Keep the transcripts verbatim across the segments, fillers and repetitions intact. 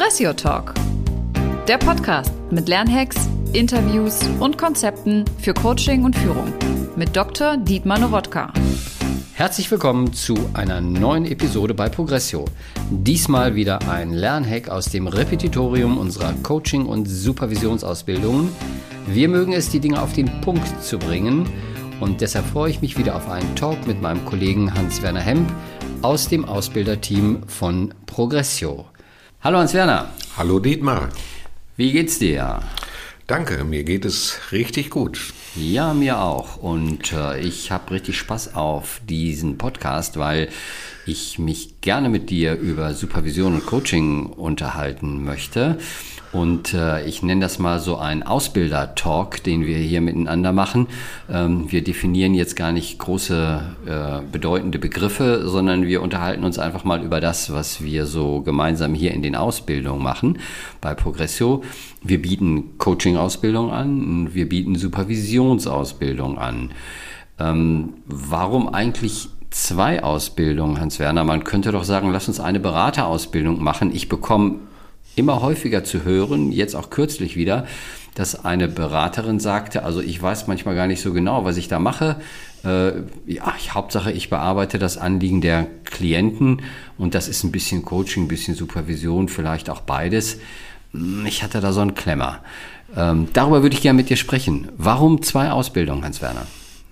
Progressio Talk, der Podcast mit Lernhacks, Interviews und Konzepten für Coaching und Führung mit Doktor Dietmar Nowodka. Herzlich willkommen zu einer neuen Episode bei Progressio. Diesmal wieder ein Lernhack aus dem Repetitorium unserer Coaching- und Supervisionsausbildungen. Wir mögen es, die Dinge auf den Punkt zu bringen, und deshalb freue ich mich wieder auf einen Talk mit meinem Kollegen Hans-Werner Hemp aus dem Ausbilderteam von Progressio. Hallo Hans-Werner. Hallo Dietmar. Wie geht's dir? Danke, mir geht es richtig gut. Ja, mir auch. Und äh, ich habe richtig Spaß auf diesen Podcast, weil ich mich gerne mit dir über Supervision und Coaching unterhalten möchte. Und äh, ich nenne das mal so ein Ausbilder-Talk, den wir hier miteinander machen. Ähm, wir definieren jetzt gar nicht große, äh, bedeutende Begriffe, sondern wir unterhalten uns einfach mal über das, was wir so gemeinsam hier in den Ausbildungen machen bei Progressio. Wir bieten Coaching-Ausbildung an, wir bieten Supervisionsausbildung an. Ähm, warum eigentlich zwei Ausbildungen, Hans-Werner? Man könnte doch sagen, lass uns eine Beraterausbildung machen. Ich bekomme immer häufiger zu hören, jetzt auch kürzlich wieder, dass eine Beraterin sagte, also ich weiß manchmal gar nicht so genau, was ich da mache. Äh, ja, ich, Hauptsache, ich bearbeite das Anliegen der Klienten und das ist ein bisschen Coaching, ein bisschen Supervision, vielleicht auch beides. Ich hatte da so einen Klemmer. Ähm, darüber würde ich gerne mit dir sprechen. Warum zwei Ausbildungen, Hans-Werner?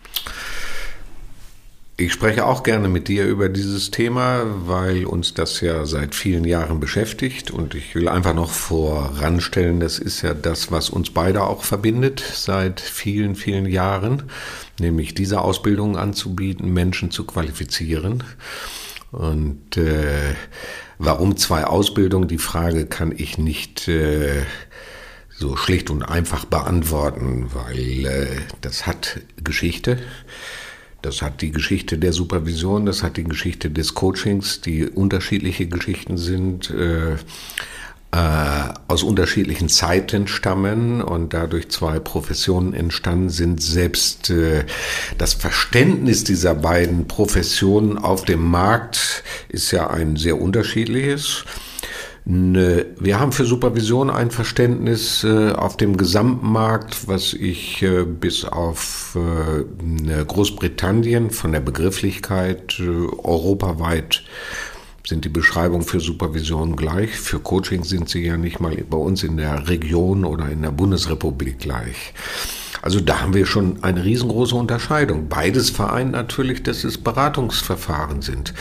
Ich spreche auch gerne mit dir über dieses Thema, weil uns das ja seit vielen Jahren beschäftigt, und ich will einfach noch voranstellen, das ist ja das, was uns beide auch verbindet seit vielen, vielen Jahren, nämlich diese Ausbildung anzubieten, Menschen zu qualifizieren. Und äh, warum zwei Ausbildungen? Die Frage kann ich nicht äh, so schlicht und einfach beantworten, weil äh, das hat Geschichte. Das hat die Geschichte der Supervision, das hat die Geschichte des Coachings, die unterschiedliche Geschichten sind, äh, äh, aus unterschiedlichen Zeiten stammen und dadurch zwei Professionen entstanden sind. Selbst äh, das Verständnis dieser beiden Professionen auf dem Markt ist ja ein sehr unterschiedliches. Wir haben für Supervision ein Verständnis äh, auf dem Gesamtmarkt, was ich äh, bis auf äh, Großbritannien von der Begrifflichkeit äh, europaweit sind die Beschreibungen für Supervision gleich. Für Coaching sind sie ja nicht mal bei uns in der Region oder in der Bundesrepublik gleich. Also da haben wir schon eine riesengroße Unterscheidung. Beides vereint natürlich, dass es Beratungsverfahren sind.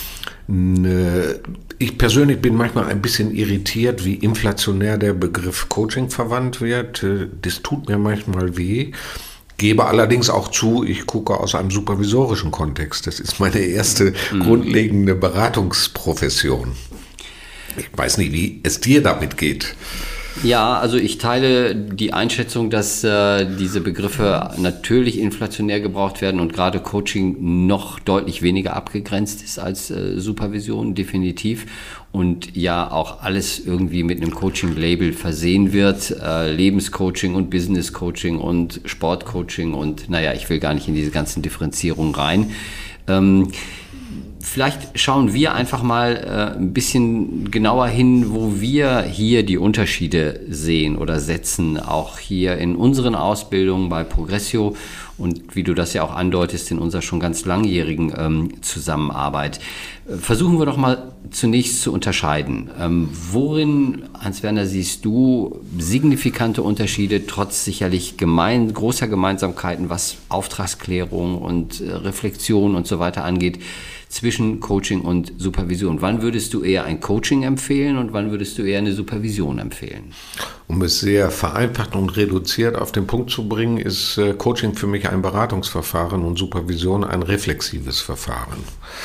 Ich persönlich bin manchmal ein bisschen irritiert, wie inflationär der Begriff Coaching verwandt wird. Das tut mir manchmal weh. Gebe allerdings auch zu, ich gucke aus einem supervisorischen Kontext. Das ist meine erste mhm. grundlegende Beratungsprofession. Ich weiß nicht, wie es dir damit geht. Ja, also ich teile die Einschätzung, dass äh, diese Begriffe natürlich inflationär gebraucht werden und gerade Coaching noch deutlich weniger abgegrenzt ist als äh, Supervision, definitiv. Und ja auch alles irgendwie mit einem Coaching-Label versehen wird, äh, Lebenscoaching und Business-Coaching und Sportcoaching und naja, ich will gar nicht in diese ganzen Differenzierungen rein. Ähm, Vielleicht schauen wir einfach mal äh, ein bisschen genauer hin, wo wir hier die Unterschiede sehen oder setzen, auch hier in unseren Ausbildungen bei Progressio und wie du das ja auch andeutest, in unserer schon ganz langjährigen ähm, Zusammenarbeit. Äh, versuchen wir doch mal zunächst zu unterscheiden. Ähm, worin, Hans-Werner, siehst du signifikante Unterschiede, trotz sicherlich gemein, großer Gemeinsamkeiten, was Auftragsklärung und äh, Reflexion und so weiter angeht, zwischen Coaching und Supervision? Wann würdest du eher ein Coaching empfehlen und wann würdest du eher eine Supervision empfehlen? Um es sehr vereinfacht und reduziert auf den Punkt zu bringen, ist Coaching für mich ein Beratungsverfahren und Supervision ein reflexives Verfahren.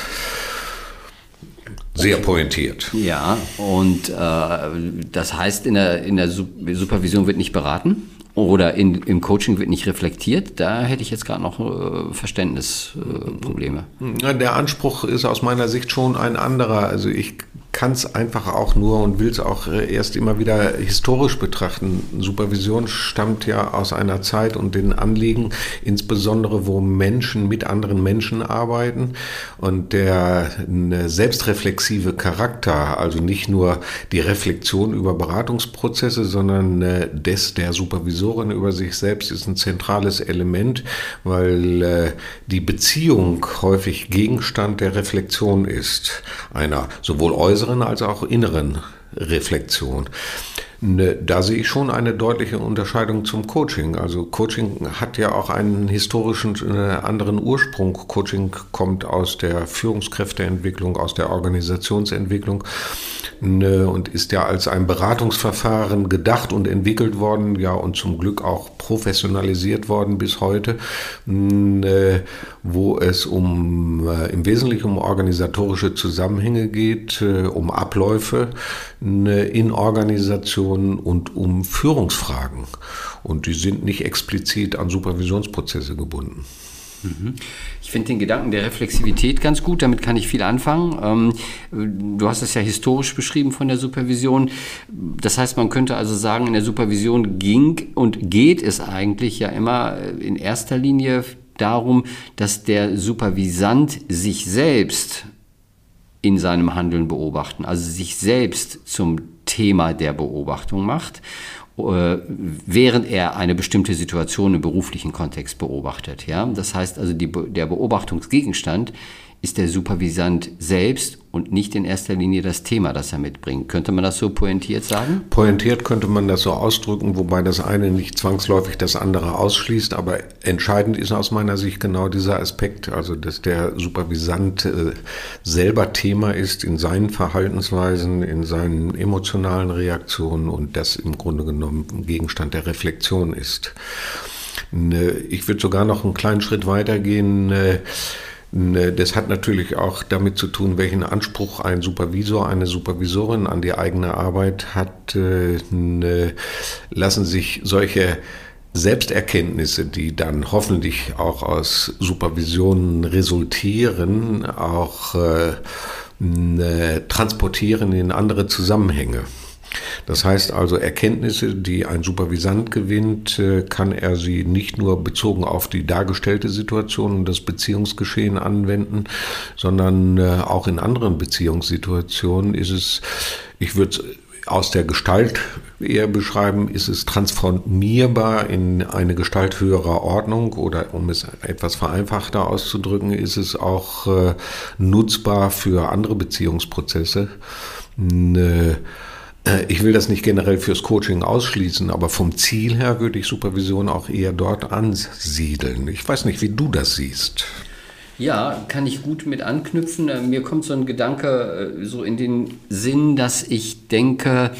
Sehr okay. Pointiert. Ja, und äh, das heißt, in der, in der Supervision wird nicht beraten? Oder in, im Coaching wird nicht reflektiert, da hätte ich jetzt gerade noch äh, Verständnisprobleme. Äh, Der Anspruch ist aus meiner Sicht schon ein anderer. Also ich kann es einfach auch nur und will es auch erst immer wieder historisch betrachten. Supervision stammt ja aus einer Zeit und den Anliegen, insbesondere wo Menschen mit anderen Menschen arbeiten und der selbstreflexive Charakter, also nicht nur die Reflexion über Beratungsprozesse, sondern des der Supervisorin über sich selbst ist ein zentrales Element, weil die Beziehung häufig Gegenstand der Reflexion ist, einer sowohl äußeren als auch inneren Reflexion. Da sehe ich schon eine deutliche Unterscheidung zum Coaching. Also Coaching hat ja auch einen historischen äh, anderen Ursprung. Coaching kommt aus der Führungskräfteentwicklung, aus der Organisationsentwicklung äh, und ist ja als ein Beratungsverfahren gedacht und entwickelt worden, ja, und zum Glück auch professionalisiert worden bis heute, äh, wo es um äh, im Wesentlichen um organisatorische Zusammenhänge geht, äh, um Abläufe äh, in Organisationen und um Führungsfragen. Und die sind nicht explizit an Supervisionsprozesse gebunden. Ich finde den Gedanken der Reflexivität ganz gut, damit kann ich viel anfangen. Du hast es ja historisch beschrieben von der Supervision. Das heißt, man könnte also sagen, in der Supervision ging und geht es eigentlich ja immer in erster Linie darum, dass der Supervisant sich selbst in seinem Handeln beobachten, also sich selbst zum Thema der Beobachtung macht, während er eine bestimmte Situation im beruflichen Kontext beobachtet. Ja? Das heißt also, die, der Beobachtungsgegenstand ist der Supervisant selbst und nicht in erster Linie das Thema, das er mitbringt. Könnte man das so pointiert sagen? Pointiert könnte man das so ausdrücken, wobei das eine nicht zwangsläufig das andere ausschließt, aber entscheidend ist aus meiner Sicht genau dieser Aspekt, also dass der Supervisant äh, selber Thema ist in seinen Verhaltensweisen, in seinen emotionalen Reaktionen und das im Grunde genommen Gegenstand der Reflexion ist. Ich würde sogar noch einen kleinen Schritt weitergehen. Das hat natürlich auch damit zu tun, welchen Anspruch ein Supervisor, eine Supervisorin an die eigene Arbeit hat. Lassen sich solche Selbsterkenntnisse, die dann hoffentlich auch aus Supervisionen resultieren, auch transportieren in andere Zusammenhänge. Das heißt also, Erkenntnisse, die ein Supervisant gewinnt, kann er sie nicht nur bezogen auf die dargestellte Situation und das Beziehungsgeschehen anwenden, sondern auch in anderen Beziehungssituationen ist es, ich würde es aus der Gestalt eher beschreiben, ist es transformierbar in eine Gestalt höherer Ordnung oder um es etwas vereinfachter auszudrücken, ist es auch äh, nutzbar für andere Beziehungsprozesse. Äh, Ich will das nicht generell fürs Coaching ausschließen, aber vom Ziel her würde ich Supervision auch eher dort ansiedeln. Ich weiß nicht, wie du das siehst. Ja, kann ich gut mit anknüpfen. Mir kommt so ein Gedanke so in den Sinn, dass ich denke,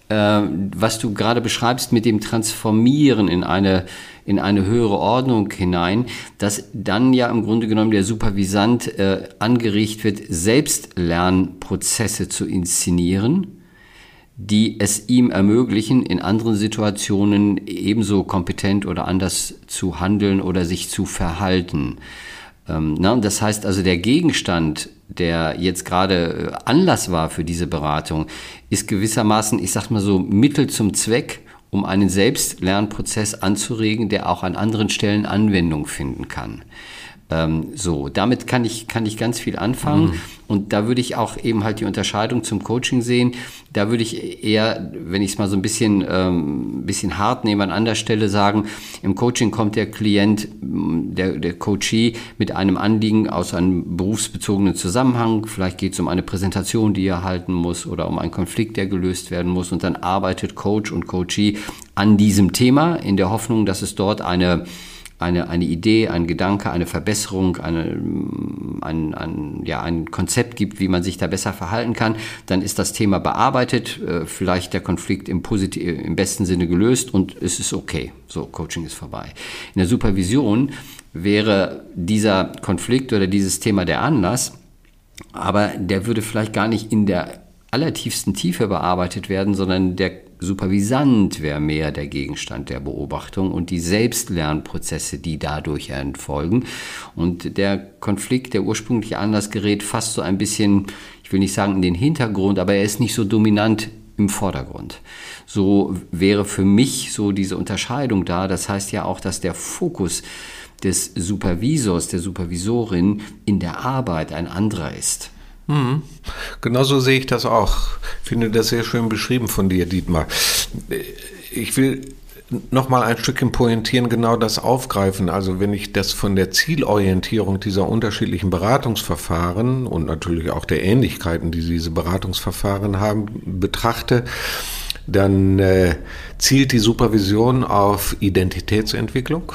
was du gerade beschreibst mit dem Transformieren in eine, in eine höhere Ordnung hinein, dass dann ja im Grunde genommen der Supervisant angeregt wird, Selbstlernprozesse zu inszenieren, die es ihm ermöglichen, in anderen Situationen ebenso kompetent oder anders zu handeln oder sich zu verhalten. Ähm, na, das heißt also, der Gegenstand, der jetzt gerade Anlass war für diese Beratung, ist gewissermaßen, ich sag mal so, Mittel zum Zweck, um einen Selbstlernprozess anzuregen, der auch an anderen Stellen Anwendung finden kann. Ähm, so, damit kann ich, kann ich ganz viel anfangen. Mhm. Und da würde ich auch eben halt die Unterscheidung zum Coaching sehen. Da würde ich eher, wenn ich es mal so ein bisschen, ähm, bisschen hart nehme, an anderer Stelle sagen, im Coaching kommt der Klient, der, der Coachee mit einem Anliegen aus einem berufsbezogenen Zusammenhang. Vielleicht geht es um eine Präsentation, die er halten muss oder um einen Konflikt, der gelöst werden muss. Und dann arbeitet Coach und Coachee an diesem Thema in der Hoffnung, dass es dort eine Eine, eine Idee, ein Gedanke, eine Verbesserung, eine, ein, ein, ja, ein Konzept gibt, wie man sich da besser verhalten kann, dann ist das Thema bearbeitet, äh, vielleicht der Konflikt im, positiv, im besten Sinne gelöst und es ist okay. So, Coaching ist vorbei. In der Supervision wäre dieser Konflikt oder dieses Thema der Anlass, aber der würde vielleicht gar nicht in der allertiefsten Tiefe bearbeitet werden, sondern der Supervisant wäre mehr der Gegenstand der Beobachtung und die Selbstlernprozesse, die dadurch entfolgen. Und der Konflikt, der ursprüngliche Anlass, gerät fast so ein bisschen, ich will nicht sagen in den Hintergrund, aber er ist nicht so dominant im Vordergrund. So wäre für mich so diese Unterscheidung da. Das heißt ja auch, dass der Fokus des Supervisors, der Supervisorin in der Arbeit ein anderer ist. Mhm. Genauso sehe ich das auch. Ich finde das sehr schön beschrieben von dir, Dietmar. Ich will noch mal ein Stückchen pointieren, genau das aufgreifen. Also wenn ich das von der Zielorientierung dieser unterschiedlichen Beratungsverfahren und natürlich auch der Ähnlichkeiten, die diese Beratungsverfahren haben, betrachte, dann äh, zielt die Supervision auf Identitätsentwicklung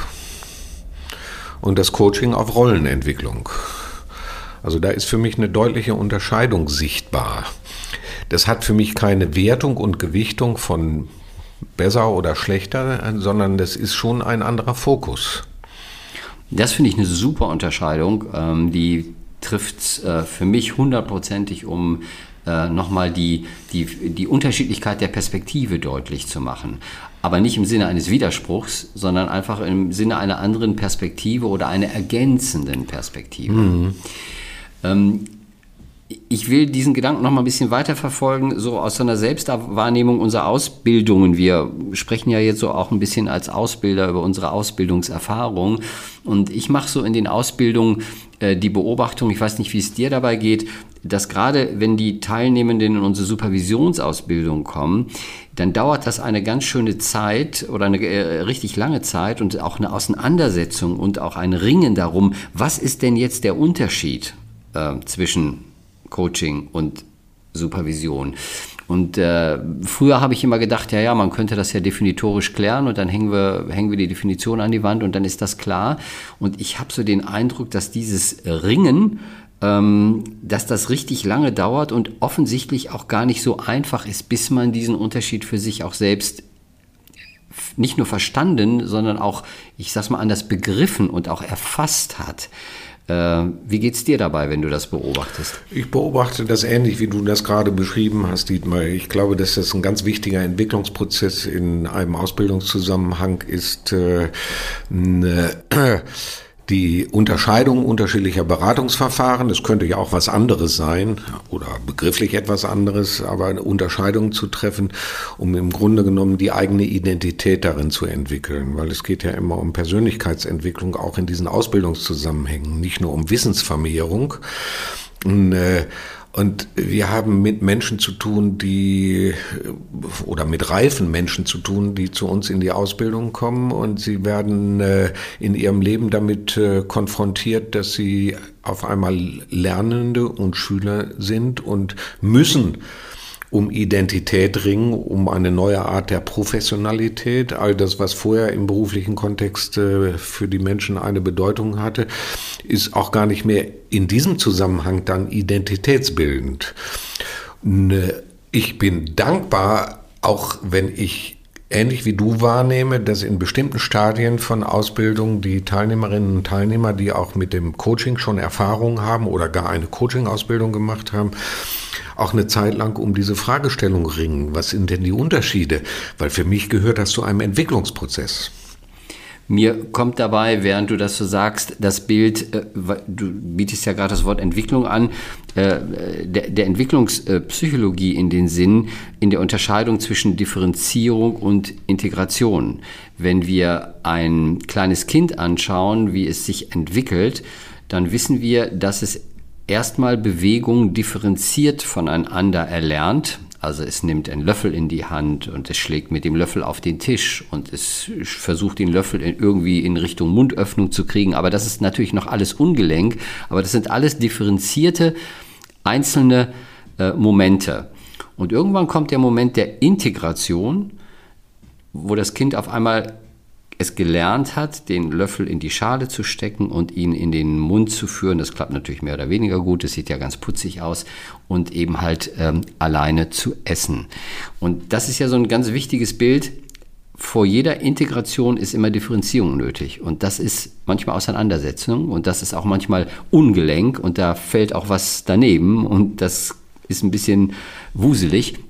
und das Coaching auf Rollenentwicklung. Also da ist für mich eine deutliche Unterscheidung sichtbar. Das hat für mich keine Wertung und Gewichtung von besser oder schlechter, sondern das ist schon ein anderer Fokus. Das finde ich eine super Unterscheidung. Ähm, die trifft äh, für mich hundertprozentig, um äh, nochmal die, die, die Unterschiedlichkeit der Perspektive deutlich zu machen. Aber nicht im Sinne eines Widerspruchs, sondern einfach im Sinne einer anderen Perspektive oder einer ergänzenden Perspektive. Mhm. Ähm, Ich will diesen Gedanken noch mal ein bisschen weiter verfolgen, so aus so einer Selbstwahrnehmung unserer Ausbildungen. Wir sprechen ja jetzt so auch ein bisschen als Ausbilder über unsere Ausbildungserfahrung. Und ich mache so in den Ausbildungen äh, die Beobachtung, ich weiß nicht, wie es dir dabei geht, dass gerade wenn die Teilnehmenden in unsere Supervisionsausbildung kommen, dann dauert das eine ganz schöne Zeit oder eine äh, richtig lange Zeit und auch eine Auseinandersetzung und auch ein Ringen darum, was ist denn jetzt der Unterschied äh, zwischen Coaching und Supervision. Und äh, früher habe ich immer gedacht, ja, ja, man könnte das ja definitorisch klären und dann hängen wir, hängen wir die Definition an die Wand und dann ist das klar. Und ich habe so den Eindruck, dass dieses Ringen, ähm, dass das richtig lange dauert und offensichtlich auch gar nicht so einfach ist, bis man diesen Unterschied für sich auch selbst nicht nur verstanden, sondern auch, ich sag's mal anders, begriffen und auch erfasst hat. Wie geht's dir dabei, wenn du das beobachtest? Ich beobachte das ähnlich, wie du das gerade beschrieben hast, Dietmar. Ich glaube, dass das ein ganz wichtiger Entwicklungsprozess in einem Ausbildungszusammenhang ist, äh, eine, äh, die Unterscheidung unterschiedlicher Beratungsverfahren. Das könnte ja auch was anderes sein oder begrifflich etwas anderes, aber eine Unterscheidung zu treffen, um im Grunde genommen die eigene Identität darin zu entwickeln. Weil es geht ja immer um Persönlichkeitsentwicklung, auch in diesen Ausbildungszusammenhängen, nicht nur um Wissensvermehrung. Und, äh, Und wir haben mit Menschen zu tun, die, oder mit reifen Menschen zu tun, die zu uns in die Ausbildung kommen und sie werden äh, in ihrem Leben damit äh, konfrontiert, dass sie auf einmal Lernende und Schüler sind und müssen um Identität ringen, um eine neue Art der Professionalität. All das, was vorher im beruflichen Kontext äh, für die Menschen eine Bedeutung hatte, ist auch gar nicht mehr in diesem Zusammenhang dann identitätsbildend. Ich bin dankbar, auch wenn ich ähnlich wie du wahrnehme, dass in bestimmten Stadien von Ausbildung die Teilnehmerinnen und Teilnehmer, die auch mit dem Coaching schon Erfahrung haben oder gar eine Coaching-Ausbildung gemacht haben, auch eine Zeit lang um diese Fragestellung ringen. Was sind denn die Unterschiede? Weil für mich gehört das zu einem Entwicklungsprozess. Mir kommt dabei, während du das so sagst, das Bild, äh, du bietest ja gerade das Wort Entwicklung an, äh, der, der Entwicklungspsychologie in den Sinn, in der Unterscheidung zwischen Differenzierung und Integration. Wenn wir ein kleines Kind anschauen, wie es sich entwickelt, dann wissen wir, dass es erstmal Bewegung differenziert voneinander erlernt. Also es nimmt einen Löffel in die Hand und es schlägt mit dem Löffel auf den Tisch und es versucht den Löffel in irgendwie in Richtung Mundöffnung zu kriegen. Aber das ist natürlich noch alles ungelenk. Aber das sind alles differenzierte einzelne äh, Momente. Und irgendwann kommt der Moment der Integration, wo das Kind auf einmal es gelernt hat, den Löffel in die Schale zu stecken und ihn in den Mund zu führen. Das klappt natürlich mehr oder weniger gut, das sieht ja ganz putzig aus, und eben halt ähm, alleine zu essen. Und das ist ja so ein ganz wichtiges Bild. Vor jeder Integration ist immer Differenzierung nötig und das ist manchmal Auseinandersetzung und das ist auch manchmal ungelenk und da fällt auch was daneben und das ist ein bisschen wuselig.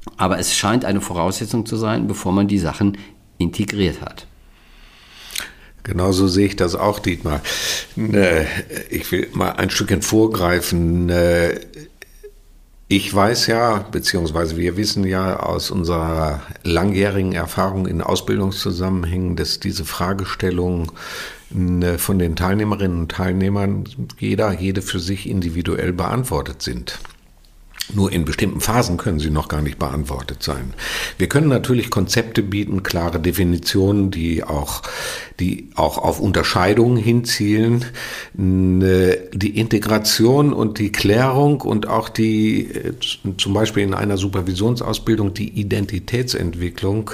Aber es scheint eine Voraussetzung zu sein, bevor man die Sachen integriert hat. Genauso sehe ich das auch, Dietmar. Ich will mal ein Stückchen vorgreifen. Ich weiß ja, beziehungsweise wir wissen ja aus unserer langjährigen Erfahrung in Ausbildungszusammenhängen, dass diese Fragestellung von den Teilnehmerinnen und Teilnehmern jeder, jede für sich individuell beantwortet sind. Nur in bestimmten Phasen können sie noch gar nicht beantwortet sein. Wir können natürlich Konzepte bieten, klare Definitionen, die auch, die auch auf Unterscheidungen hinzielen. Die Integration und die Klärung und auch die, zum Beispiel in einer Supervisionsausbildung, die Identitätsentwicklung,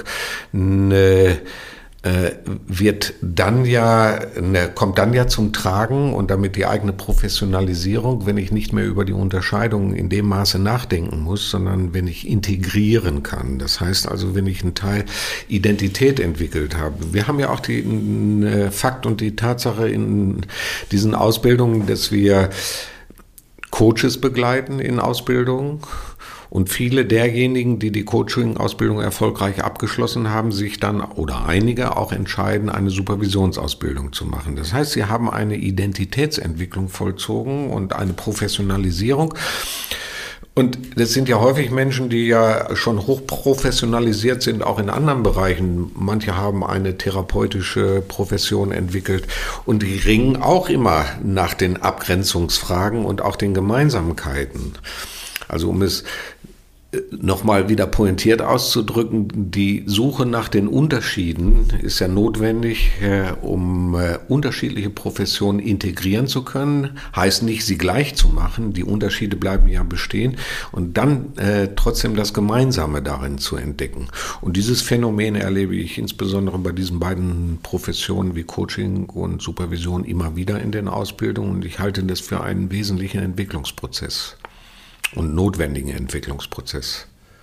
wird dann ja, ne, kommt dann ja zum Tragen und damit die eigene Professionalisierung, wenn ich nicht mehr über die Unterscheidungen in dem Maße nachdenken muss, sondern wenn ich integrieren kann. Das heißt also, wenn ich einen Teil Identität entwickelt habe. Wir haben ja auch den Fakt und die Tatsache in diesen Ausbildungen, dass wir Coaches begleiten in Ausbildungen. Und viele derjenigen, die die Coaching-Ausbildung erfolgreich abgeschlossen haben, sich dann oder einige auch entscheiden, eine Supervisionsausbildung zu machen. Das heißt, sie haben eine Identitätsentwicklung vollzogen und eine Professionalisierung. Und das sind ja häufig Menschen, die ja schon hochprofessionalisiert sind, auch in anderen Bereichen. Manche haben eine therapeutische Profession entwickelt und die ringen auch immer nach den Abgrenzungsfragen und auch den Gemeinsamkeiten. Also um es nochmal wieder pointiert auszudrücken, die Suche nach den Unterschieden ist ja notwendig, um unterschiedliche Professionen integrieren zu können. Heißt nicht, sie gleich zu machen, die Unterschiede bleiben ja bestehen und dann äh, trotzdem das Gemeinsame darin zu entdecken. Und dieses Phänomen erlebe ich insbesondere bei diesen beiden Professionen wie Coaching und Supervision immer wieder in den Ausbildungen und ich halte das für einen wesentlichen Entwicklungsprozess. Und notwendigen Entwicklungsprozess.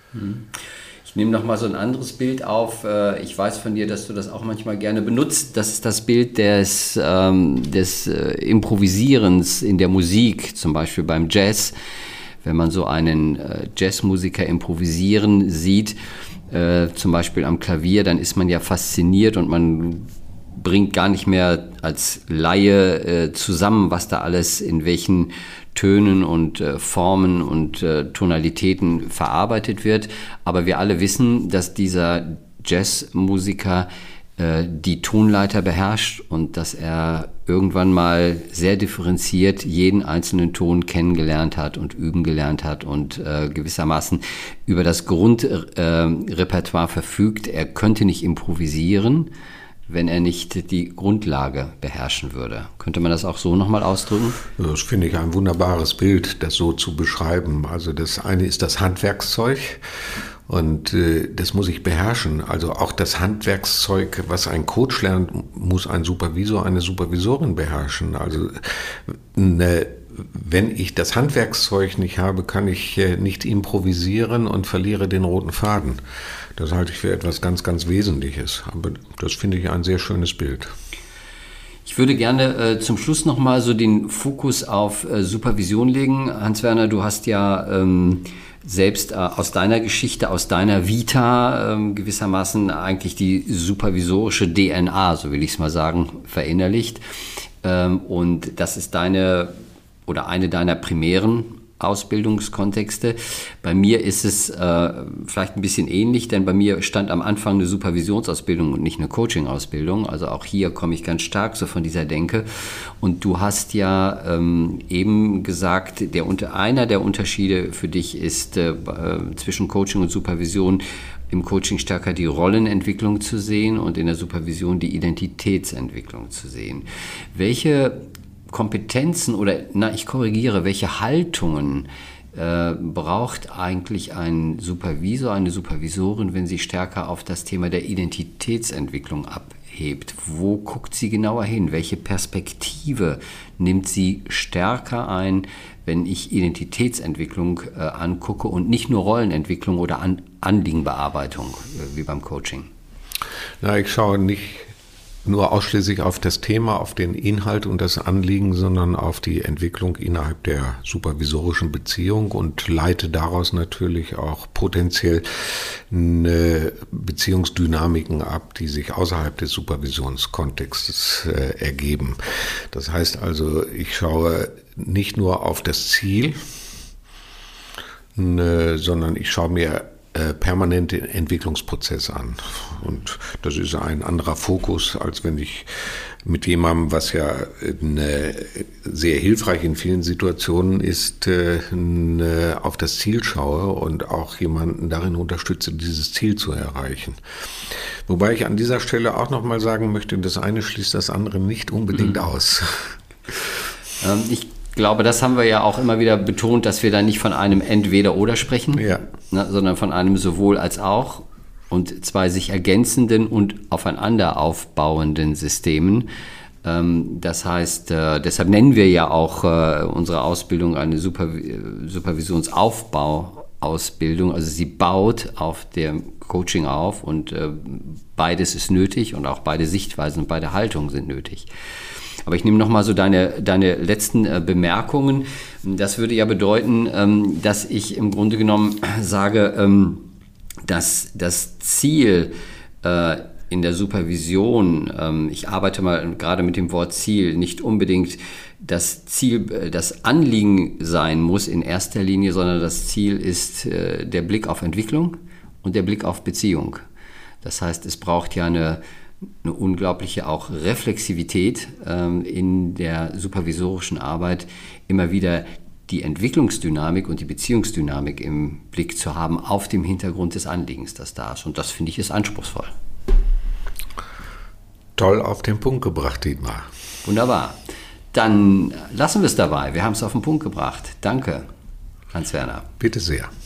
Ich nehme noch mal so ein anderes Bild auf. Ich weiß von dir, dass du das auch manchmal gerne benutzt. Das ist das Bild des, ähm, des äh, Improvisierens in der Musik, zum Beispiel beim Jazz. Wenn man so einen äh, Jazzmusiker improvisieren sieht, äh, zum Beispiel am Klavier, dann ist man ja fasziniert und man bringt gar nicht mehr als Laie äh, zusammen, was da alles in welchen Tönen und äh, Formen und äh, Tonalitäten verarbeitet wird. Aber wir alle wissen, dass dieser Jazzmusiker äh, die Tonleiter beherrscht und dass er irgendwann mal sehr differenziert jeden einzelnen Ton kennengelernt hat und üben gelernt hat und äh, gewissermaßen über das Grundrepertoire äh, verfügt. Er könnte nicht improvisieren, wenn er nicht die Grundlage beherrschen würde. Könnte man das auch so nochmal ausdrücken? Das finde ich ein wunderbares Bild, das so zu beschreiben. Also das eine ist das Handwerkszeug und äh, das muss ich beherrschen. Also auch das Handwerkszeug, was ein Coach lernt, muss ein Supervisor, eine Supervisorin beherrschen. Also eine Wenn ich das Handwerkszeug nicht habe, kann ich nicht improvisieren und verliere den roten Faden. Das halte ich für etwas ganz, ganz Wesentliches. Aber das finde ich ein sehr schönes Bild. Ich würde gerne äh, zum Schluss nochmal so den Fokus auf äh, Supervision legen. Hans-Werner, du hast ja ähm, selbst äh, aus deiner Geschichte, aus deiner Vita äh, gewissermaßen eigentlich die supervisorische D N A, so will ich es mal sagen, verinnerlicht. Ähm, und das ist deine oder eine deiner primären Ausbildungskontexte. Bei mir ist es äh, vielleicht ein bisschen ähnlich, denn bei mir stand am Anfang eine Supervisionsausbildung und nicht eine Coaching-Ausbildung. Also auch hier komme ich ganz stark so von dieser Denke. Und du hast ja ähm, eben gesagt, der, einer der Unterschiede für dich ist äh, zwischen Coaching und Supervision, im Coaching stärker die Rollenentwicklung zu sehen und in der Supervision die Identitätsentwicklung zu sehen. Welche Kompetenzen oder, na, ich korrigiere, welche Haltungen äh, braucht eigentlich ein Supervisor, eine Supervisorin, wenn sie stärker auf das Thema der Identitätsentwicklung abhebt? Wo guckt sie genauer hin? Welche Perspektive nimmt sie stärker ein, wenn ich Identitätsentwicklung äh, angucke und nicht nur Rollenentwicklung oder An- Anliegenbearbeitung äh, wie beim Coaching? Na, ich schaue nicht nur ausschließlich auf das Thema, auf den Inhalt und das Anliegen, sondern auf die Entwicklung innerhalb der supervisorischen Beziehung und leite daraus natürlich auch potenziell eine Beziehungsdynamiken ab, die sich außerhalb des Supervisionskontextes äh, ergeben. Das heißt also, ich schaue nicht nur auf das Ziel, ne, sondern ich schaue mir permanent den Entwicklungsprozess an. Und das ist ein anderer Fokus, als wenn ich mit jemandem, was ja eine sehr hilfreich in vielen Situationen ist, eine, auf das Ziel schaue und auch jemanden darin unterstütze, dieses Ziel zu erreichen. Wobei ich an dieser Stelle auch nochmal sagen möchte, das eine schließt das andere nicht unbedingt mhm. aus. Ähm, ich Ich glaube, das haben wir ja auch immer wieder betont, dass wir da nicht von einem Entweder-Oder sprechen, ja. ne, sondern von einem sowohl als auch und zwei sich ergänzenden und aufeinander aufbauenden Systemen. Ähm, das heißt, äh, deshalb nennen wir ja auch äh, unsere Ausbildung eine Superv- Supervisionsaufbau-Ausbildung. Also sie baut auf dem Coaching auf und äh, beides ist nötig und auch beide Sichtweisen und beide Haltungen sind nötig. Aber ich nehme nochmal so deine, deine letzten äh, Bemerkungen. Das würde ja bedeuten, ähm, dass ich im Grunde genommen sage, ähm, dass das Ziel äh, in der Supervision, ähm, ich arbeite mal gerade mit dem Wort Ziel, nicht unbedingt das Ziel, äh, das Anliegen sein muss in erster Linie, sondern das Ziel ist äh, der Blick auf Entwicklung und der Blick auf Beziehung. Das heißt, es braucht ja eine eine unglaubliche auch Reflexivität ähm, in der supervisorischen Arbeit, immer wieder die Entwicklungsdynamik und die Beziehungsdynamik im Blick zu haben auf dem Hintergrund des Anliegens, das da ist. Und das, finde ich, ist anspruchsvoll. Toll auf den Punkt gebracht, Dietmar. Wunderbar. Dann lassen wir es dabei. Wir haben es auf den Punkt gebracht. Danke, Hans-Werner. Bitte sehr.